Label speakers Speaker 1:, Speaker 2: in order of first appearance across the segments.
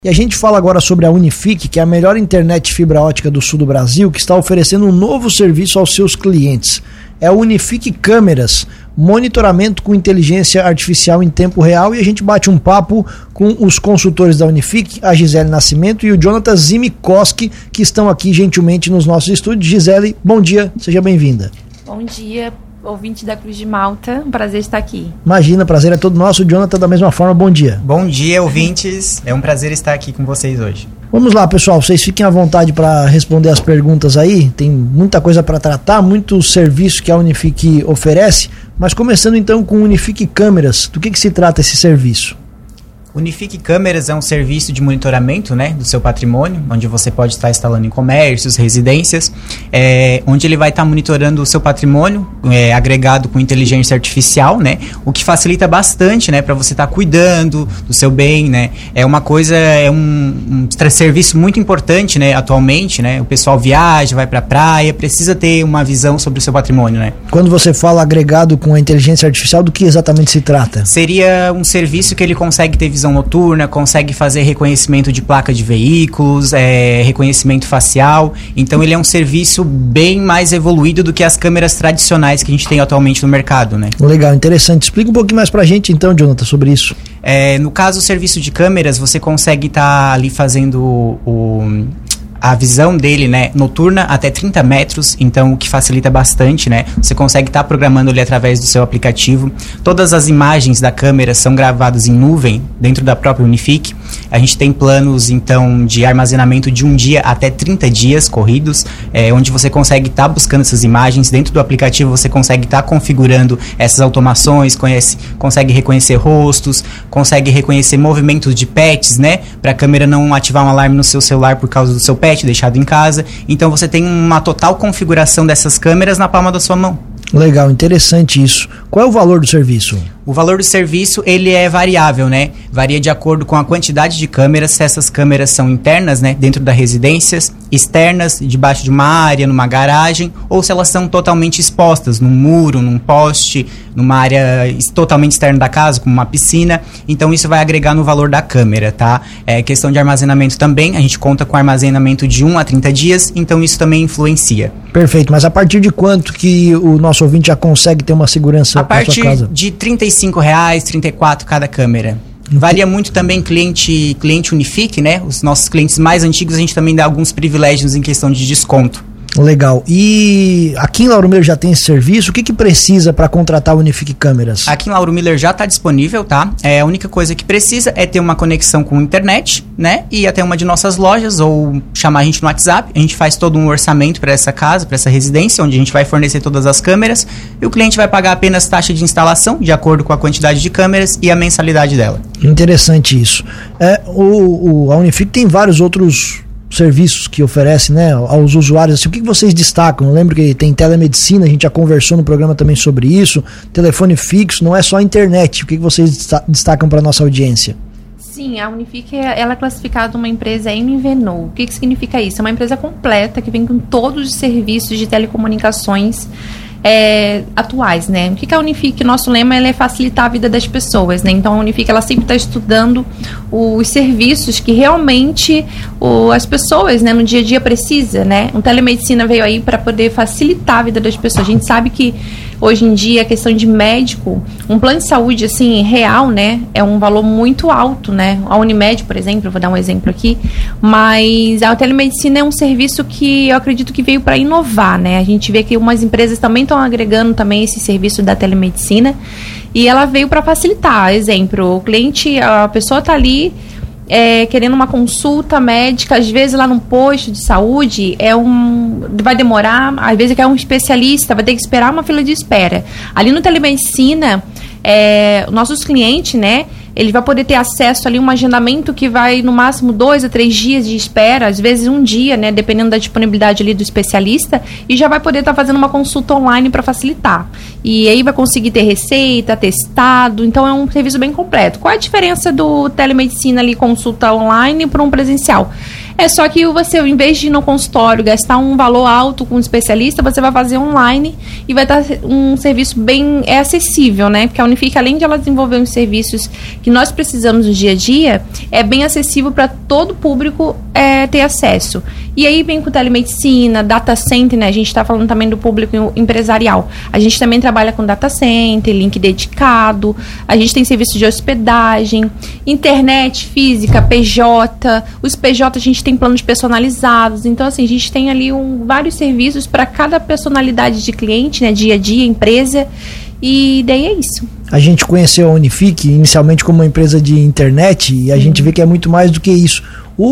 Speaker 1: E a gente fala agora sobre a Unifique, que é a melhor internet fibra ótica do sul do Brasil, que está oferecendo um novo serviço aos seus clientes. É a Unifique Câmeras, monitoramento com inteligência artificial em tempo real, e a gente bate um papo com os consultores da Unifique, a Gisele Nascimento e o Jonathan Zimikoski, que estão aqui gentilmente nos nossos estúdios. Gisele, bom dia, seja bem-vinda.
Speaker 2: Bom dia, ouvinte da Cruz de Malta, um prazer estar aqui.
Speaker 1: Imagina, prazer é todo nosso. Jonathan, da mesma forma, bom dia.
Speaker 3: Bom dia, ouvintes, é um prazer estar aqui com vocês hoje.
Speaker 1: Vamos lá, pessoal, vocês fiquem à vontade para responder as perguntas aí, tem muita coisa para tratar, muitos serviços que a Unifique oferece, mas começando então com Unifique Câmeras, do que se trata esse serviço?
Speaker 3: Unifique Câmeras é um serviço de monitoramento, né, do seu patrimônio, onde você pode estar instalando em comércios, residências, onde ele vai estar monitorando o seu patrimônio, agregado com inteligência artificial, né, o que facilita bastante, né, para você estar cuidando do seu bem, né. É uma coisa, um serviço muito importante, né, atualmente, né. O pessoal viaja, vai para a praia, precisa ter uma visão sobre o seu patrimônio, né.
Speaker 1: Quando você fala agregado com a inteligência artificial, do que exatamente se trata?
Speaker 3: Seria um serviço que ele consegue ter visão noturna, consegue fazer reconhecimento de placa de veículos, reconhecimento facial. Então ele é um serviço bem mais evoluído do que as câmeras tradicionais que a gente tem atualmente no mercado, né?
Speaker 1: Legal, interessante. Explica um pouquinho mais pra gente então, Jonathan, sobre isso.
Speaker 3: No caso do serviço de câmeras, você consegue estar ali fazendo a visão dele, né, noturna até 30 metros, então o que facilita bastante, né, você consegue estar programando ele através do seu aplicativo. Todas as imagens da câmera são gravadas em nuvem dentro da própria Unifique. A gente tem planos, então, de armazenamento de 1 dia até 30 dias corridos, onde você consegue estar buscando essas imagens. Dentro do aplicativo você consegue estar configurando essas automações, consegue reconhecer rostos, consegue reconhecer movimentos de pets, né, para a câmera não ativar um alarme no seu celular por causa do seu pet deixado em casa. Então você tem uma total configuração dessas câmeras na palma da sua mão.
Speaker 1: Legal, interessante isso. Qual é o valor do serviço?
Speaker 3: O valor do serviço, ele é variável, né? Varia de acordo com a quantidade de câmeras, se essas câmeras são internas, né, dentro das residências, externas, debaixo de uma área, numa garagem, ou se elas são totalmente expostas, num muro, num poste, numa área totalmente externa da casa, como uma piscina. Então isso vai agregar no valor da câmera, tá? Questão de armazenamento também, a gente conta com armazenamento de 1 a 30 dias, então isso também influencia.
Speaker 1: Perfeito, mas a partir de quanto que o nosso ouvinte já consegue ter uma segurança para sua casa?
Speaker 3: A partir de R$35, R$34 cada câmera. Varia muito também cliente Unifique, né? Os nossos clientes mais antigos a gente também dá alguns privilégios em questão de desconto.
Speaker 1: Legal. E aqui em Lauro Miller já tem esse serviço? O que precisa para contratar o Unifique Câmeras?
Speaker 3: Aqui em Lauro Miller já está disponível, tá? A única coisa que precisa é ter uma conexão com a internet, né? E até uma de nossas lojas, ou chamar a gente no WhatsApp. A gente faz todo um orçamento para essa casa, para essa residência, onde a gente vai fornecer todas as câmeras. E o cliente vai pagar apenas taxa de instalação, de acordo com a quantidade de câmeras e a mensalidade dela.
Speaker 1: Interessante isso. A Unifique tem vários outros serviços que oferece, né, aos usuários. Assim, o que vocês destacam? Eu lembro que tem telemedicina, a gente já conversou no programa também sobre isso, telefone fixo, não é só a internet. O que vocês destacam para a nossa audiência?
Speaker 2: Sim, a Unifique ela é classificada uma empresa MVNO. O que significa isso? É uma empresa completa que vem com todos os serviços de telecomunicações atuais, né? O que a Unifique, nosso lema, é facilitar a vida das pessoas, né? Então a Unifique, ela sempre está estudando os serviços que realmente as pessoas, né, no dia a dia precisa, né? Um telemedicina veio aí para poder facilitar a vida das pessoas. A gente sabe que hoje em dia a questão de médico, um plano de saúde assim real, né, é um valor muito alto, né? A Unimed, por exemplo, eu vou dar um exemplo aqui, mas a telemedicina é um serviço que eu acredito que veio para inovar, né? A gente vê que umas empresas também estão agregando também esse serviço da telemedicina e ela veio para facilitar. Exemplo, o cliente, a pessoa está ali querendo uma consulta médica, às vezes lá num posto de saúde vai demorar, às vezes quer um especialista, vai ter que esperar uma fila de espera. Ali no telemedicina, nossos clientes, né, ele vai poder ter acesso ali a um agendamento que vai no máximo 2 a 3 dias de espera, às vezes 1 dia, né, dependendo da disponibilidade ali do especialista, e já vai poder estar fazendo uma consulta online para facilitar. E aí vai conseguir ter receita, testado, então é um serviço bem completo. Qual é a diferença do telemedicina ali, consulta online para um presencial? É só que você, ao invés de ir no consultório, gastar um valor alto com um especialista, você vai fazer online e vai dar um serviço bem acessível, né? Porque a Unifique, além de ela desenvolver uns serviços que nós precisamos no dia a dia, é bem acessível para todo público ter acesso. E aí vem com telemedicina, data center, né? A gente está falando também do público empresarial. A gente também trabalha com data center, link dedicado, a gente tem serviço de hospedagem, internet física, PJ, os PJ a gente tem planos personalizados. Então, assim, a gente tem ali vários serviços para cada personalidade de cliente, né? Dia a dia, empresa. E daí é isso.
Speaker 1: A gente conheceu a Unifique inicialmente como uma empresa de internet e a gente vê que é muito mais do que isso.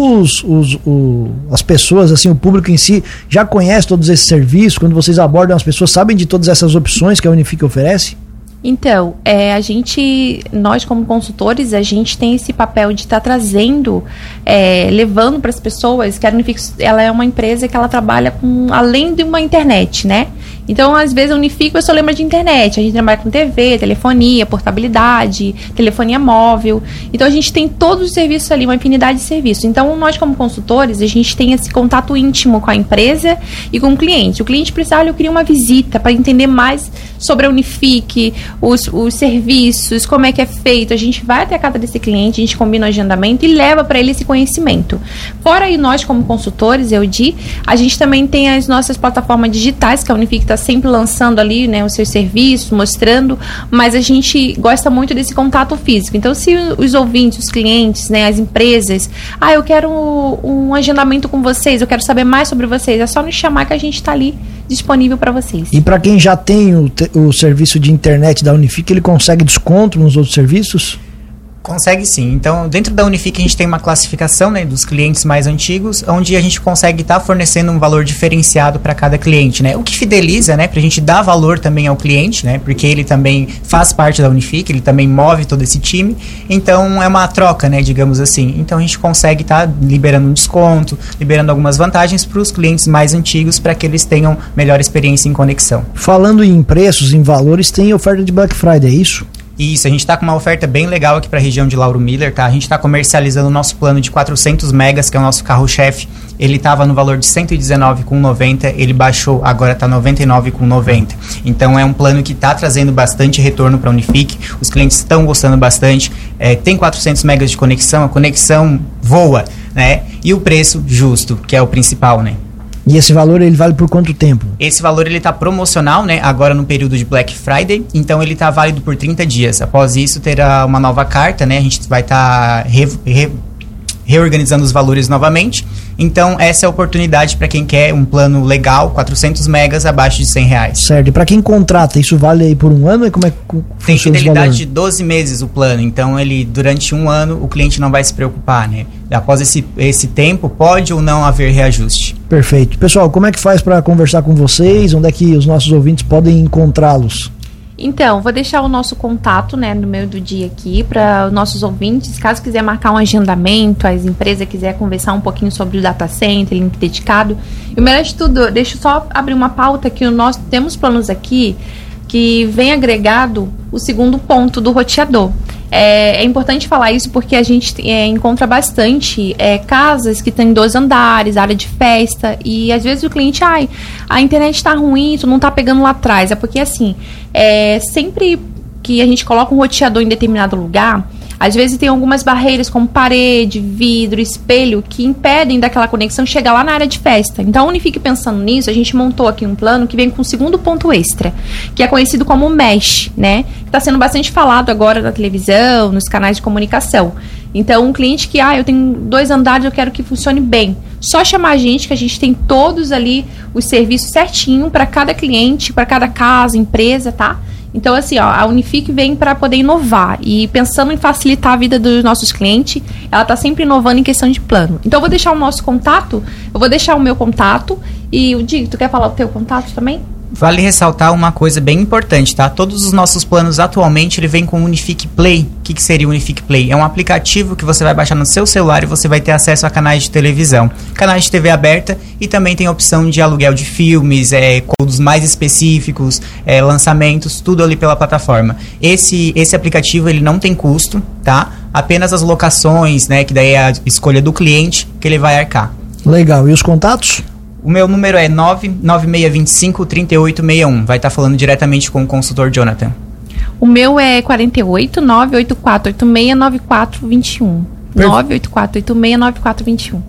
Speaker 1: As pessoas, assim, o público em si já conhece todos esses serviços. Quando vocês abordam as pessoas, sabem de todas essas opções que a Unifique oferece?
Speaker 2: Então, nós como consultores, a gente tem esse papel de estar trazendo, levando para as pessoas que a Unifique, ela é uma empresa que ela trabalha além de uma internet, né? Então, às vezes, a Unifique, eu só lembro de internet. A gente trabalha com TV, telefonia, portabilidade, telefonia móvel. Então, a gente tem todos os serviços ali, uma infinidade de serviços. Então, nós como consultores, a gente tem esse contato íntimo com a empresa e com o cliente. O cliente precisa, eu queria uma visita para entender mais sobre a Unifique, os serviços, como é que é feito. A gente vai até a casa desse cliente, a gente combina o agendamento e leva para ele esse conhecimento. Fora aí, nós como consultores, a gente também tem as nossas plataformas digitais, que a Unifique está sempre lançando ali, né, os seus serviços, mostrando, mas a gente gosta muito desse contato físico. Então, se os ouvintes, os clientes, né, as empresas, eu quero um agendamento com vocês, eu quero saber mais sobre vocês, é só nos chamar que a gente está ali disponível para vocês.
Speaker 1: E para quem já tem o serviço de internet da Unifique, ele consegue desconto nos outros serviços?
Speaker 3: Consegue sim. Então, dentro da Unifique, a gente tem uma classificação, né, dos clientes mais antigos, onde a gente consegue estar fornecendo um valor diferenciado para cada cliente, né? O que fideliza, né, para a gente dar valor também ao cliente, né? Porque ele também faz parte da Unifique, ele também move todo esse time. Então, é uma troca, né, digamos assim. Então, a gente consegue estar liberando um desconto, liberando algumas vantagens para os clientes mais antigos, para que eles tenham melhor experiência em conexão.
Speaker 1: Falando em preços, em valores, tem oferta de Black Friday, é isso?
Speaker 3: Isso, a gente está com uma oferta bem legal aqui para a região de Lauro Miller, tá? A gente está comercializando o nosso plano de 400 megas, que é o nosso carro-chefe. Ele estava no valor de R$ 119,90, ele baixou, agora está R$ 99,90. Então é um plano que está trazendo bastante retorno para a Unifique, os clientes estão gostando bastante, tem 400 megas de conexão, a conexão voa, né? E o preço justo, que é o principal, né?
Speaker 1: E esse valor, ele vale por quanto tempo?
Speaker 3: Esse valor, ele tá promocional, né? Agora no período de Black Friday. Então, ele tá válido por 30 dias. Após isso, terá uma nova carta, né? A gente vai estar reorganizando os valores novamente. Então, essa é a oportunidade para quem quer um plano legal, 400 megas abaixo de R$100.
Speaker 1: Certo. E para quem contrata, isso vale aí por um ano? E como é que
Speaker 3: tem fidelidade de 12 meses o plano. Então, durante um ano, o cliente não vai se preocupar, né? Após esse tempo, pode ou não haver reajuste.
Speaker 1: Perfeito. Pessoal, como é que faz para conversar com vocês? Onde é que os nossos ouvintes podem encontrá-los?
Speaker 2: Então, vou deixar o nosso contato, né, no meio do dia aqui para os nossos ouvintes, caso quiser marcar um agendamento, as empresas quiser conversar um pouquinho sobre o data center, link dedicado. E o melhor de tudo, deixa eu só abrir uma pauta que nós temos planos aqui que vem agregado o segundo ponto do roteador. É importante falar isso porque a gente encontra bastante casas que tem 2 andares, área de festa, e às vezes o cliente, a internet está ruim, tu não tá pegando lá atrás. É porque assim, sempre que a gente coloca um roteador em determinado lugar, às vezes tem algumas barreiras como parede, vidro, espelho que impedem daquela conexão chegar lá na área de festa. Então, a Unifique, pensando nisso, a gente montou aqui um plano que vem com um segundo ponto extra, que é conhecido como Mesh, né? Está sendo bastante falado agora na televisão, nos canais de comunicação. Então, um cliente que, eu tenho 2 andares, eu quero que funcione bem. Só chamar a gente, que a gente tem todos ali os serviços certinho para cada cliente, para cada casa, empresa, tá? Então, assim, a Unifique vem para poder inovar e pensando em facilitar a vida dos nossos clientes, ela está sempre inovando em questão de plano. Então, eu vou deixar o nosso contato, eu vou deixar o meu contato e o Diego, tu quer falar o teu contato também?
Speaker 3: Vale ressaltar uma coisa bem importante, tá? Todos os nossos planos atualmente, ele vem com o Unifique Play. O que seria o Unifique Play? É um aplicativo que você vai baixar no seu celular e você vai ter acesso a canais de televisão, canais de TV aberta, e também tem a opção de aluguel de filmes, conteúdos mais específicos, lançamentos, tudo ali pela plataforma. Esse aplicativo, ele não tem custo, tá? Apenas as locações, né? Que daí é a escolha do cliente que ele vai arcar.
Speaker 1: Legal. E os contatos?
Speaker 3: O meu número é 99625-3861. Vai estar falando diretamente com o consultor Jonathan.
Speaker 2: O meu é 48-984-86-9421. 984-86-9421.